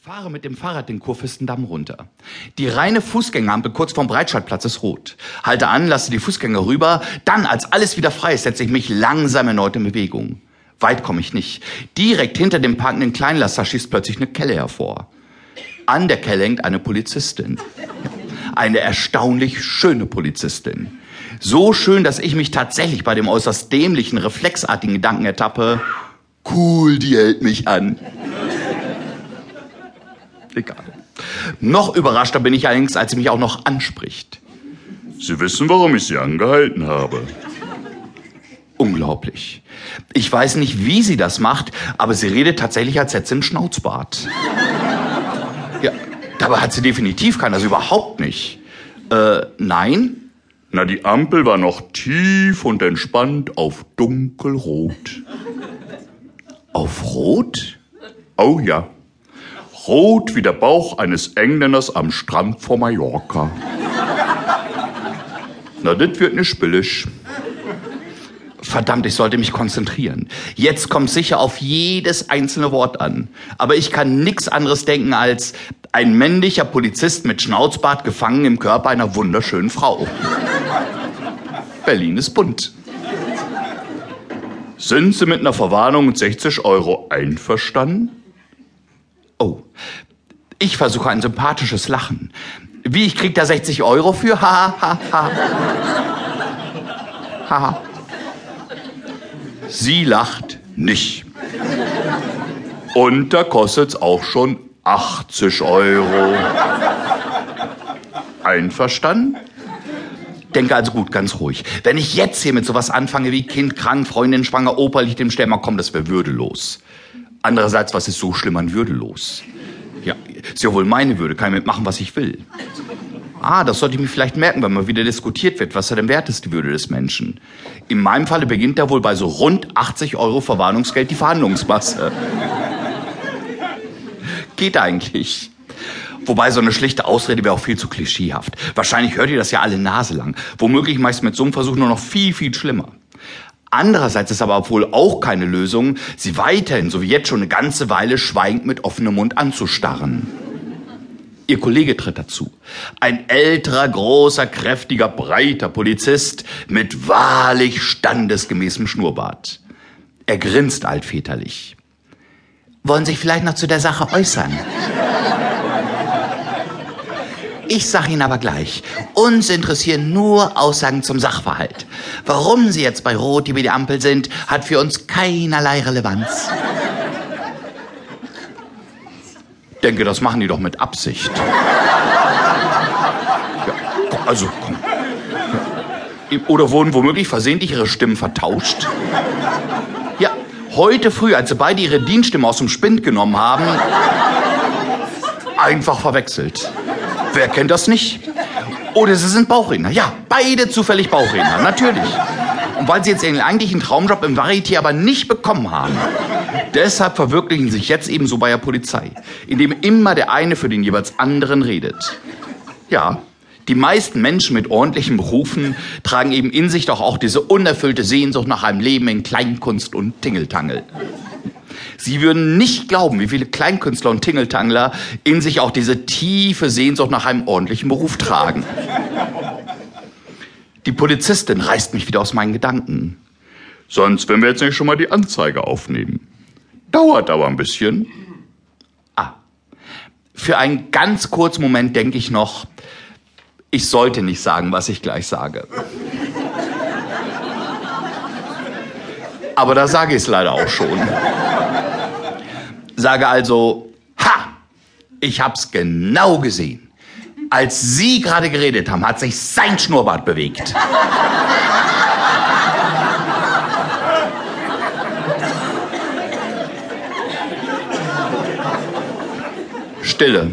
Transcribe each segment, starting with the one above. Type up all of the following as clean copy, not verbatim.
Fahre mit dem Fahrrad den Kurfürstendamm runter. Die reine Fußgängerampel kurz vorm Breitscheidplatz ist rot. Halte an, lasse die Fußgänger rüber. Dann, als alles wieder frei ist, setze ich mich langsam erneut in Bewegung. Weit komme ich nicht. Direkt hinter dem parkenden Kleinlaster schießt plötzlich eine Kelle hervor. An der Kelle hängt eine Polizistin. Eine erstaunlich schöne Polizistin. So schön, dass ich mich tatsächlich bei dem äußerst dämlichen, reflexartigen Gedanken ertappe: cool, die hält mich an. Egal. Noch überraschter bin ich allerdings, als sie mich auch noch anspricht. Sie wissen, warum ich Sie angehalten habe. Unglaublich. Ich weiß nicht, wie sie das macht, aber sie redet tatsächlich, als hätte sie einen Schnauzbart. Ja, dabei hat sie definitiv keinen, also überhaupt nicht. Nein? Na, die Ampel war noch tief und entspannt auf dunkelrot. Auf Rot? Oh ja. Rot wie der Bauch eines Engländers am Strand vor Mallorca. Na, das wird nicht billig. Verdammt, ich sollte mich konzentrieren. Jetzt kommt sicher auf jedes einzelne Wort an. Aber ich kann nichts anderes denken als ein männlicher Polizist mit Schnauzbart gefangen im Körper einer wunderschönen Frau. Berlin ist bunt. Sind Sie mit einer Verwarnung und 60 € einverstanden? Oh, ich versuche ein sympathisches Lachen. Wie, ich krieg da 60 € für? Ha, ha, ha. Ha. Sie lacht nicht. Und da kostet's auch schon 80 €. Einverstanden? Denke also gut, ganz ruhig. Wenn ich jetzt hier mit sowas anfange wie Kind krank, Freundin schwanger, Opa liegt im Sterben, komm, das wäre würdelos. Andererseits, was ist so schlimm an würdelos? Ja, ist ja wohl meine Würde, kann ich mitmachen, was ich will. Das sollte ich mir vielleicht merken, wenn mal wieder diskutiert wird, was ja denn wert ist, die Würde des Menschen. In meinem Falle beginnt da wohl bei so rund 80 € Verwarnungsgeld die Verhandlungsmasse. Geht eigentlich. Wobei so eine schlichte Ausrede wäre auch viel zu klischeehaft. Wahrscheinlich hört ihr das ja alle naselang. Womöglich meist mit so einem Versuch nur noch viel, viel schlimmer. Andererseits ist aber wohl auch keine Lösung, sie weiterhin, so wie jetzt schon eine ganze Weile, schweigend mit offenem Mund anzustarren. Ihr Kollege tritt dazu. Ein älterer, großer, kräftiger, breiter Polizist mit wahrlich standesgemäßem Schnurrbart. Er grinst altväterlich. Wollen Sie sich vielleicht noch zu der Sache äußern? Ich sag Ihnen aber gleich, uns interessieren nur Aussagen zum Sachverhalt. Warum Sie jetzt bei Rot über die Ampel sind, hat für uns keinerlei Relevanz. Denke, das machen die doch mit Absicht. Ja, also, komm. Oder wurden womöglich versehentlich ihre Stimmen vertauscht? Ja, heute früh, als sie beide ihre Dienststimme aus dem Spind genommen haben, einfach verwechselt. Wer kennt das nicht? Oder sie sind Bauchredner. Ja, beide zufällig Bauchredner, natürlich. Und weil sie jetzt ihren eigentlichen Traumjob im Varieté aber nicht bekommen haben, deshalb verwirklichen sie sich jetzt ebenso bei der Polizei, indem immer der eine für den jeweils anderen redet. Ja, die meisten Menschen mit ordentlichen Berufen tragen eben in sich doch auch diese unerfüllte Sehnsucht nach einem Leben in Kleinkunst und Tingeltangel. Sie würden nicht glauben, wie viele Kleinkünstler und Tingeltangler in sich auch diese tiefe Sehnsucht nach einem ordentlichen Beruf tragen. Die Polizistin reißt mich wieder aus meinen Gedanken. Sonst, wenn wir jetzt nicht schon mal die Anzeige aufnehmen. Dauert aber ein bisschen. Für einen ganz kurzen Moment denke ich noch, ich sollte nicht sagen, was ich gleich sage. Aber da sage ich es leider auch schon. Sage also, ich hab's genau gesehen. Als Sie gerade geredet haben, hat sich sein Schnurrbart bewegt. Stille.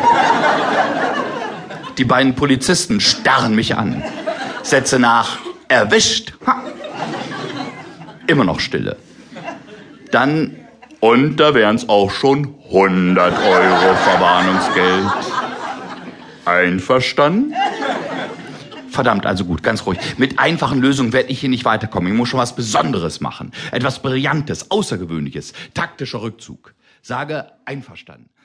Die beiden Polizisten starren mich an. Setze nach, erwischt. Immer noch Stille. Dann, und da wären's auch schon 100 € Verwarnungsgeld. Einverstanden? Verdammt, also gut, ganz ruhig. Mit einfachen Lösungen werde ich hier nicht weiterkommen. Ich muss schon was Besonderes machen. Etwas Brillantes, Außergewöhnliches, taktischer Rückzug. Sage einverstanden.